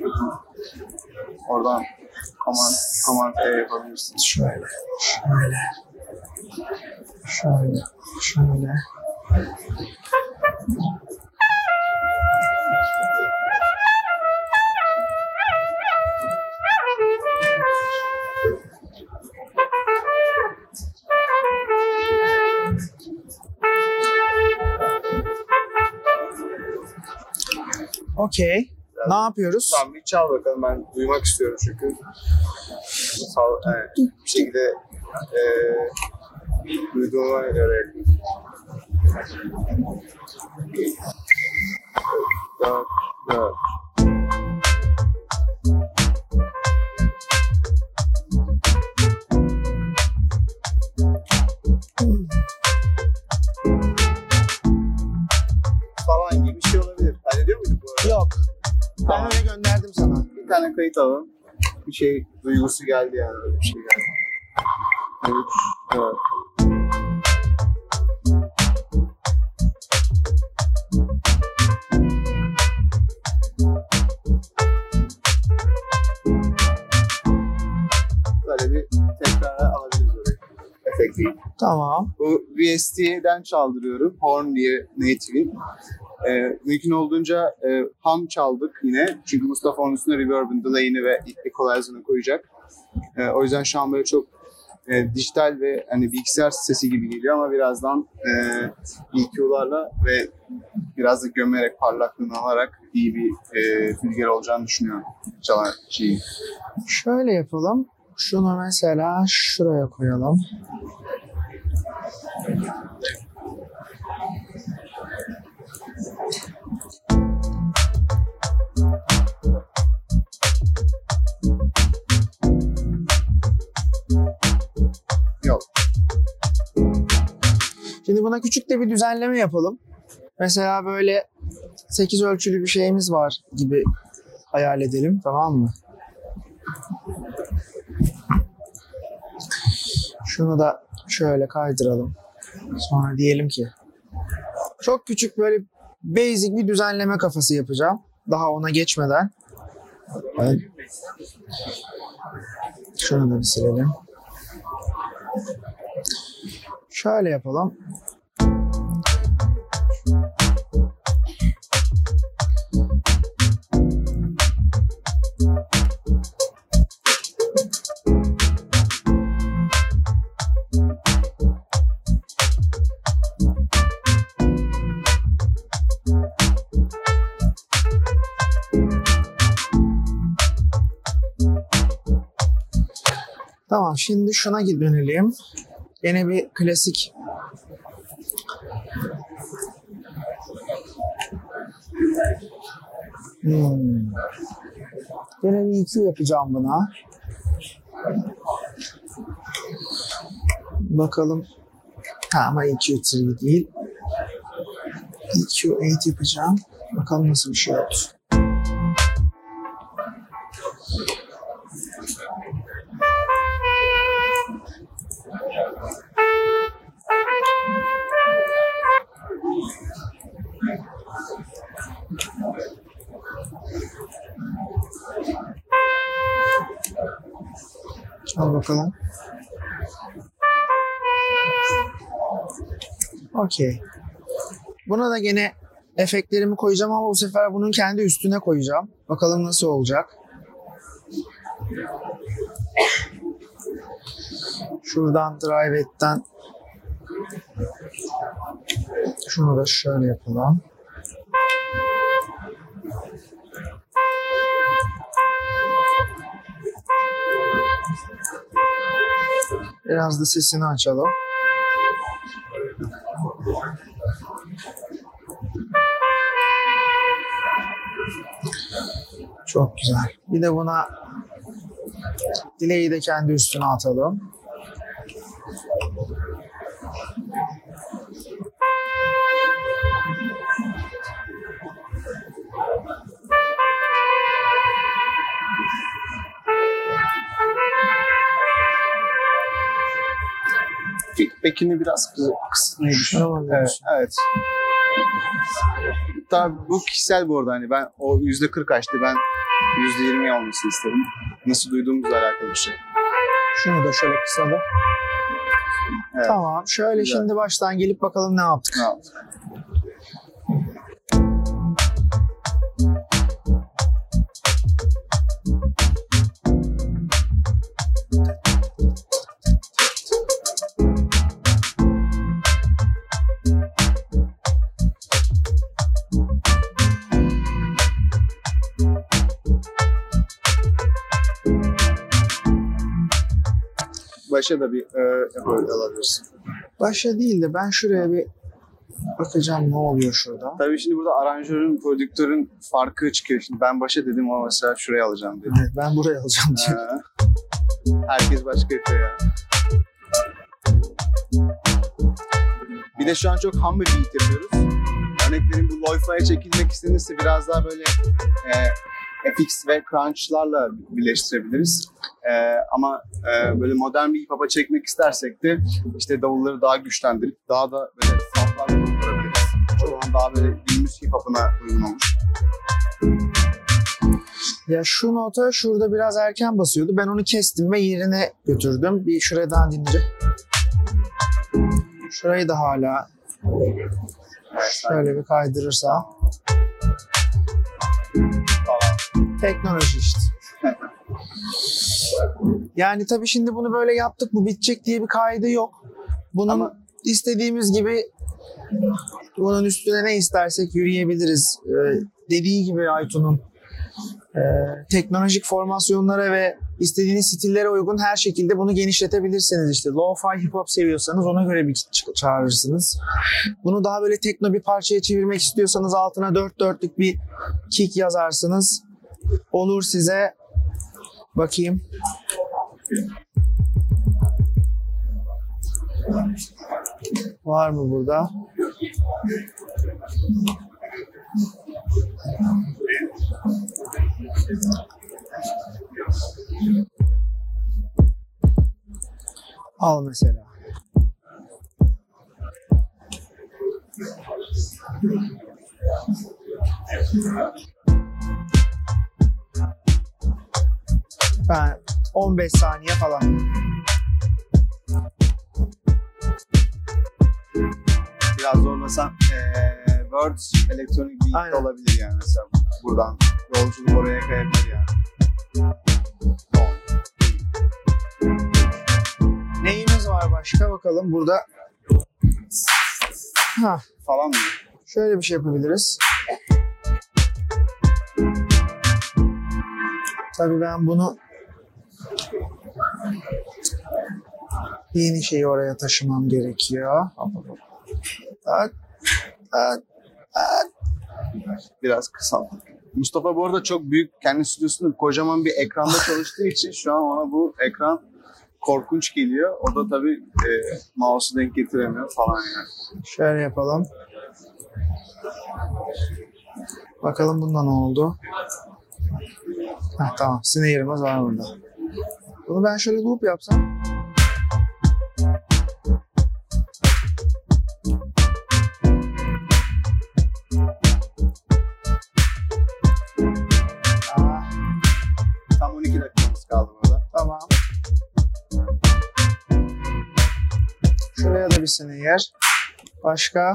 oradan command, command E yapabilirsin. Şöyle. Şöyle. Şöyle. Şöyle. Okey. Ne yapıyoruz? Tamam bir çal bakalım ben duymak istiyorum çünkü. Sal, evet, bir şekilde e, duyduğuma göre. Da, da. Falan gibi bir şey olabilir. Hallediyor muyduk bu arada? Yok. Ben Tamam. öyle gönderdim sana. Bir tane kayıt alalım. Bir şey duygusu geldi yani öyle bir şey geldi. Üç, dört. Böyle bir tekrar alabiliriz orayı. Efekti. Tamam. Bu V S T'den çaldırıyorum. Horn diye native'in. E, mümkün olduğunca e, ham çaldık yine. Çünkü Mustafa onun üstüne reverb'ın, delay'ini ve equalizer'ını koyacak. E, o yüzden şu an böyle çok e, dijital ve hani bilgisayar sesi gibi geliyor ama birazdan e, E Q'larla ve biraz da gömerek, parlaklığını alarak iyi bir e, fülger olacağını düşünüyorum çalan şeyi. Şöyle yapalım. Şunu mesela şuraya koyalım. Yok. Şimdi buna küçük de bir düzenleme yapalım. Mesela böyle sekiz ölçülü bir şeyimiz var gibi hayal edelim, tamam mı? Şunu da şöyle kaydıralım. Sonra diyelim ki çok küçük böyle basic bir düzenleme kafası yapacağım. Daha ona geçmeden. Evet. Şunu da bir silelim. Şöyle yapalım. Tamam, şimdi şuna dönelim. Yine bir klasik hmm. Yine bir E Q yapacağım buna. Bakalım. Ha, ama E Q üç değil. E Q sekiz yapacağım. Bakalım nasıl bir şey oldu. Al bakalım. Okey. Buna da gene efektlerimi koyacağım ama bu sefer bunun kendi üstüne koyacağım. Bakalım nasıl olacak. Şuradan Drive-Et'ten şunu da şöyle yapalım. Biraz da sesini açalım. Çok güzel. Bir de buna delay'i de kendi üstüne atalım. Feedback'ini biraz kısıtlayı Tamam, evet, evet. Tabii bu kişisel bu arada, hani ben o yüzde kırk açtı, ben yüzde yirmi olmasını istedim. Nasıl duyduğumuzla alakalı bir şey. Şunu da şöyle kısalım. Evet. Tamam. Şöyle Güzel. Şimdi baştan gelip bakalım ne yaptık. Ne yaptık? Başa da bir e, böyle alabilirsin. Başa değil de ben şuraya bir bakacağım ne oluyor şurada. Tabii şimdi burada aranjörün, prodüktörün farkı çıkıyor. Şimdi ben başa dedim ama mesela şuraya alacağım dedim. Evet, ben buraya alacağım diyor. Ha. Herkes başka yapıyor ya. Bir de şu an çok hum bir beat yapıyoruz. Örnek vereyim, bu lo-fi'ye çekilmek istenirse biraz daha böyle e, F X ve crunch'larla birleştirebiliriz. E, ama e, böyle modern bir hip hop'a çekmek istersek de işte davulları daha güçlendirip daha da böyle saflarla doldurabiliriz. O zaman daha böyle günümüz hip hop'una uygun olur. Ya şu nota şurada biraz erken basıyordu. Ben onu kestim ve yerine götürdüm. Bir şuradan dinleyeceğim. Şurayı da hala Evet, Şöyle bir kaydırırsa. falan. Teknoloji işte. Yani tabii şimdi bunu böyle yaptık, bu bitecek diye bir kaydı yok. Bunun Ama istediğimiz gibi bunun üstüne ne istersek yürüyebiliriz. Ee, dediği gibi Aytun'un e, teknolojik formasyonlara ve istediğiniz stillere uygun her şekilde bunu genişletebilirsiniz işte. Lo-fi hip hop seviyorsanız ona göre bir ç- çağırırsınız. Bunu daha böyle tekno bir parçaya çevirmek istiyorsanız altına dört dörtlük bir kick yazarsınız. Olur size. Bakayım. Var mı burada? Al mesela. Ben on beş saniye falan. biraz zorlasan ee, Words elektronik beat Aynen. de olabilir yani mesela buradan yolculuk oraya kayabilir yani. Neyimiz var başka bakalım burada. Ha, Falan mı? şöyle bir şey yapabiliriz. Tabii ben bunu yeni şeyi oraya taşımam gerekiyor. Tak, tak, tak. Biraz kısalt. Mustafa bu arada çok büyük, kendi stüdyosunda kocaman bir ekranda çalıştığı için şu an ona bu ekran korkunç geliyor. O da tabii e, mouse'u denk getiremiyor falan yani. Şöyle yapalım. Bakalım bunda ne oldu? Heh, tamam. Snare'ımız var burada. Bunu ben şöyle loop yapsam. Aa, Tam on iki dakikamız kaldı burada. tamam. Şuraya da bir snare. Başka?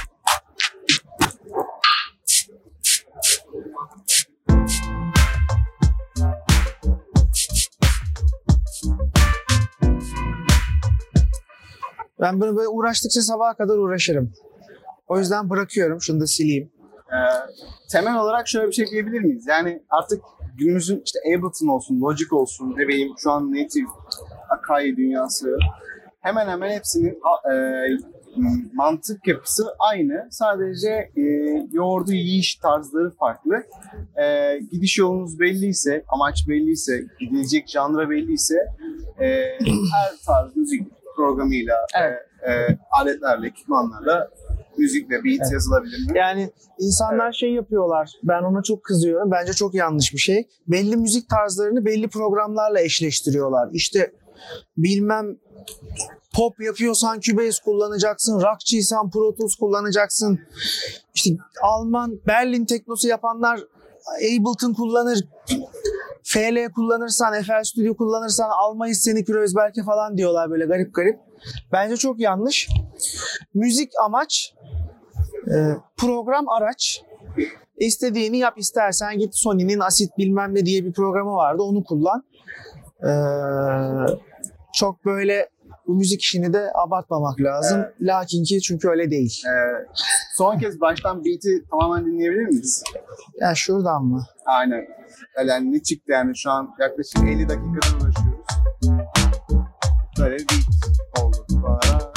Ben bunu böyle uğraştıkça sabaha kadar uğraşırım. O yüzden bırakıyorum. Şunu da sileyim. Ee, temel olarak şöyle bir şey diyebilir miyiz? Yani artık günümüzün işte Ableton olsun, Logic olsun, ne bileyim şu an Native, Akai dünyası hemen hemen hepsinin e, mantık yapısı aynı. Sadece e, yoğurdu yiyiş tarzları farklı. E, gidiş yolunuz belliyse, amaç belliyse, gidilecek janra belliyse e, her tarz müzik programıyla, Evet. e, e, aletlerle, ekipmanlarla müzik ve beat Evet. yazılabilir mi? Yani insanlar şey yapıyorlar. Ben ona çok kızıyorum. Bence çok yanlış bir şey. Belli müzik tarzlarını belli programlarla eşleştiriyorlar. İşte bilmem pop yapıyorsan Cubase kullanacaksın. Rockçıysan Pro Tools kullanacaksın. İşte Alman, Berlin teknosu yapanlar Ableton kullanır. F L kullanırsan, F L Studio kullanırsan almayız seni Kreuzberg'e falan diyorlar böyle garip garip. Bence çok yanlış. Müzik amaç, e, program araç. İstediğini yap, istersen git Sony'nin Asit bilmem ne diye bir programı vardı, onu kullan. Ee, çok böyle bu müzik işini de abartmamak lazım. Evet. Lakin ki çünkü öyle değil. Ee, son kez baştan beat'i tamamen dinleyebilir miyiz? Ya şuradan mı? Aynen. Yani ne çıktı yani şu an yaklaşık elli dakikadır uğraşıyoruz. Böyle bir beat oldu. Bara-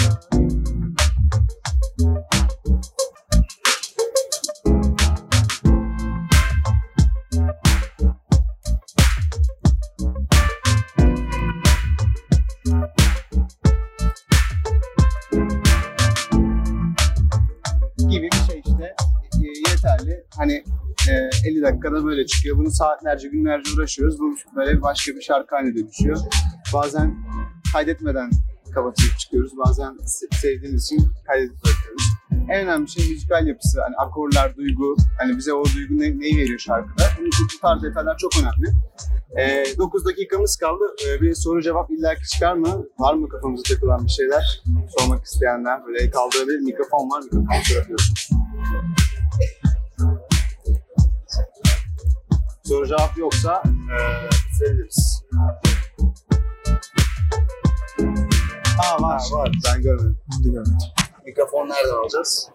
gibi bir şey işte. E, yeterli. Hani e, elli dakikada böyle çıkıyor. Bunu saatlerce, günlerce uğraşıyoruz. Bu böyle başka bir şarkı haline dönüşüyor. Bazen kaydetmeden kapatıp çıkıyoruz. Bazen se- sevdiğimiz için kaydedip bırakıyoruz. En önemli şey müzikal yapısı. Hani akorlar, duygu. Hani bize o duygu ne, neyi veriyor şarkıda. Bu tarz detaylar çok önemli. Ee, dokuz dakikamız kaldı. Ee, bir soru cevap illaki çıkar mı? Var mı kafamıza takılan bir şeyler? Sormak isteyenler. Böyle el kaldırabilir. Mikrofon var. Mikrofon sorabiliyorsun. Soru cevap yoksa ee, seviniriz. Aa var. Ha, var. Ben görmedim. Ben de görmedim. Mikrofon nereden alacağız?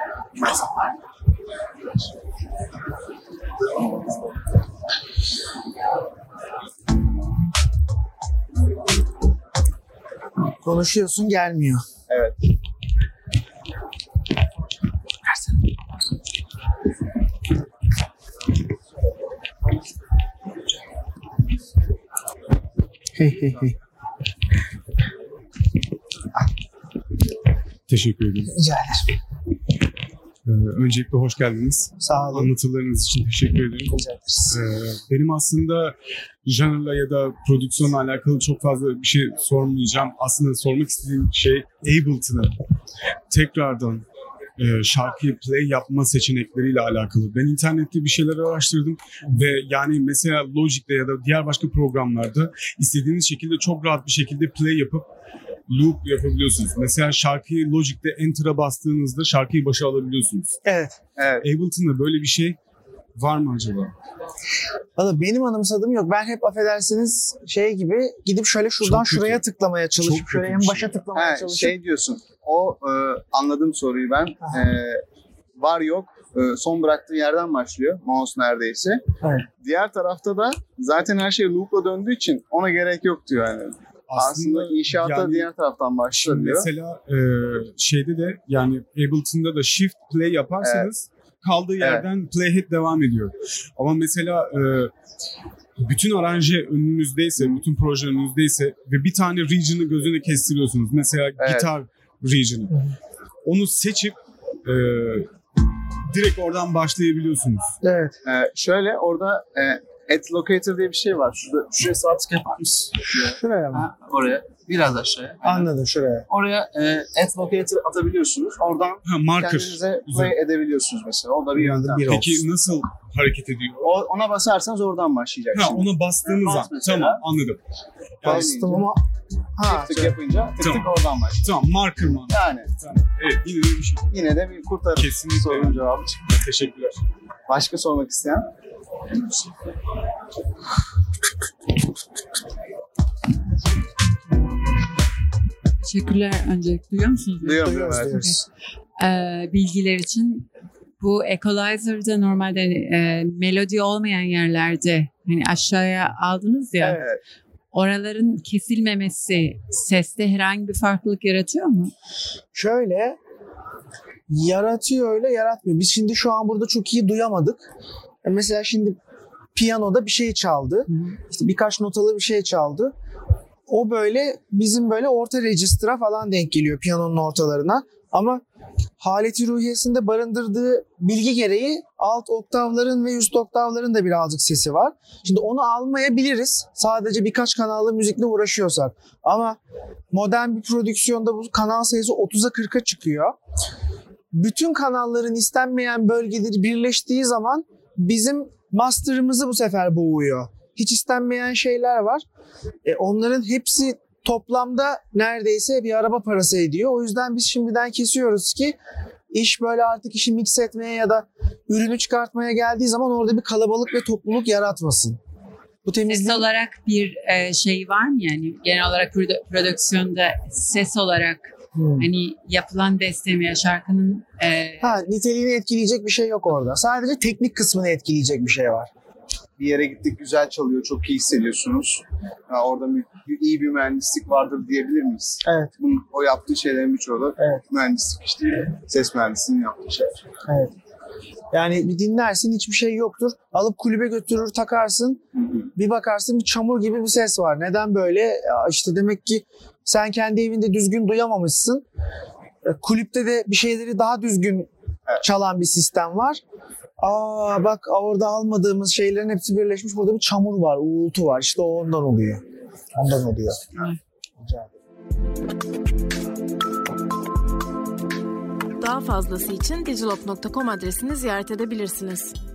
Konuşuyorsun gelmiyor. Evet. Versene. Hey hey hey. Teşekkür ederim. Rica ederim. Ee, öncelikle hoş geldiniz. Sağ olun. Anlatılarınız için teşekkür ederim. Rica ederiz. Ee, benim aslında janrla ya da prodüksiyonla alakalı çok fazla bir şey sormayacağım. Aslında sormak istediğim şey Ableton'ın tekrardan e, şarkıyı play yapma seçenekleriyle alakalı. Ben internette bir şeyler araştırdım ve yani mesela Logic'te ya da diğer başka programlarda istediğiniz şekilde çok rahat bir şekilde play yapıp loop yapabiliyorsunuz. Mesela şarkıyı Logic'te Enter'a bastığınızda şarkıyı başa alabiliyorsunuz. Evet. Evet. Ableton'da böyle bir şey var mı acaba? Valla benim anımsadığım yok. Ben hep affedersiniz şey gibi gidip şöyle şuradan Çok kötü. şuraya tıklamaya çalışıp Çok şöyle kötü en bir başa şey. tıklamaya Ha, çalışıp. şey diyorsun. O e, anladığım soruyu ben. Aha. E, var yok. E, son bıraktığı yerden başlıyor. Mouse neredeyse. Evet. Diğer tarafta da zaten her şey loop'la döndüğü için ona gerek yok diyor yani. Aslında, inşaata yani diğer taraftan başlıyor şimdi diyor. mesela e, şeyde de yani Ableton'da da shift play yaparsanız kaldığı yerden playhead devam ediyor. Ama mesela e, bütün aranje önünüzdeyse, bütün proje önünüzdeyse ve bir tane region'ı gözüne kestiriyorsunuz. Mesela Evet. gitar region'ı. Onu seçip e, direkt oradan başlayabiliyorsunuz. Evet. E, şöyle orada e, Add Locator diye bir şey var. Şurada, şuraya sağ tık yapar mısın? Şuraya mı? Ha, oraya. Biraz aşağıya. Aynen. Anladım şuraya. Oraya e, Add Locator atabiliyorsunuz. Oradan Ha, marker. kendinize play edebiliyorsunuz mesela. O da bir yöntem. Bir Peki olsun. nasıl hareket ediyor? O, ona basarsanız oradan başlayacak Ha, şimdi. ona bastığınız Bas an. mesela. Tamam, anladım. Yani, Bastım ama ha, Tık tık yapınca tık tık Tamam. oradan başlıyor. tamam, marker mı? Yani Tamam. Evet, yine de bir şey. yine de bir kurtarır. Kesinlikle. Sorunun cevabı çıktı. Teşekkürler. Başka sormak isteyen? Teşekkürler öncelikle. Duyuyor musunuz? beni? Duyuyorum. duyuyoruz, Evet. duyuyoruz. Ee, bilgiler için bu equalizer'da normalde e, melodi olmayan yerlerde hani aşağıya aldınız ya, Evet. oraların kesilmemesi seste herhangi bir farklılık yaratıyor mu? Şöyle yaratıyor öyle yaratmıyor. Biz şimdi şu an burada çok iyi duyamadık. E Mesela şimdi piyanoda bir şey çaldı. Hı hı. İşte birkaç notalı bir şey çaldı. O böyle bizim böyle orta registra falan denk geliyor piyanonun ortalarına. Ama haleti ruhiyesinde barındırdığı bilgi gereği alt oktavların ve üst oktavların da birazcık sesi var. Şimdi onu almayabiliriz. Sadece birkaç kanallı müzikle uğraşıyorsak. Ama modern bir prodüksiyonda bu kanal sayısı otuza kırka çıkıyor. Bütün kanalların istenmeyen bölgeleri birleştiği zaman bizim master'ımızı bu sefer boğuyor. Hiç istenmeyen şeyler var. E, onların hepsi toplamda neredeyse bir araba parası ediyor. O yüzden biz şimdiden kesiyoruz ki iş böyle artık işi mix etmeye ya da ürünü çıkartmaya geldiği zaman orada bir kalabalık ve topluluk yaratmasın. Bu Ses temizlik olarak bir e, şey var mı yani genel olarak produ- prodüksiyonda ses olarak Hmm. hani yapılan destemeye şarkının e, Ha, niteliğini etkileyecek bir şey yok orada. Sadece teknik kısmını etkileyecek bir şey var. Bir yere gittik güzel çalıyor. Çok iyi hissediyorsunuz. Ha, orada mü- iyi bir mühendislik vardır diyebilir miyiz? Evet. Bunun, o yaptığı şeylerin birçoğu da Evet. mühendislik işte. Ses mühendisliğinin yaptığı şey. Evet. Yani bir dinlersin hiçbir şey yoktur. Alıp kulübe götürür takarsın. Hı hı. Bir bakarsın bir çamur gibi bir ses var. Neden böyle? Ya işte demek ki sen kendi evinde düzgün duyamamışsın. E, Kulüpte de bir şeyleri daha düzgün Evet. çalan bir sistem var. Aa bak orada almadığımız şeylerin hepsi birleşmiş. Burada bir çamur var, uğultu var. İşte o ondan oluyor. Ondan oluyor. Evet. Rica ederim. Daha fazlası için digilop nokta com adresini ziyaret edebilirsiniz.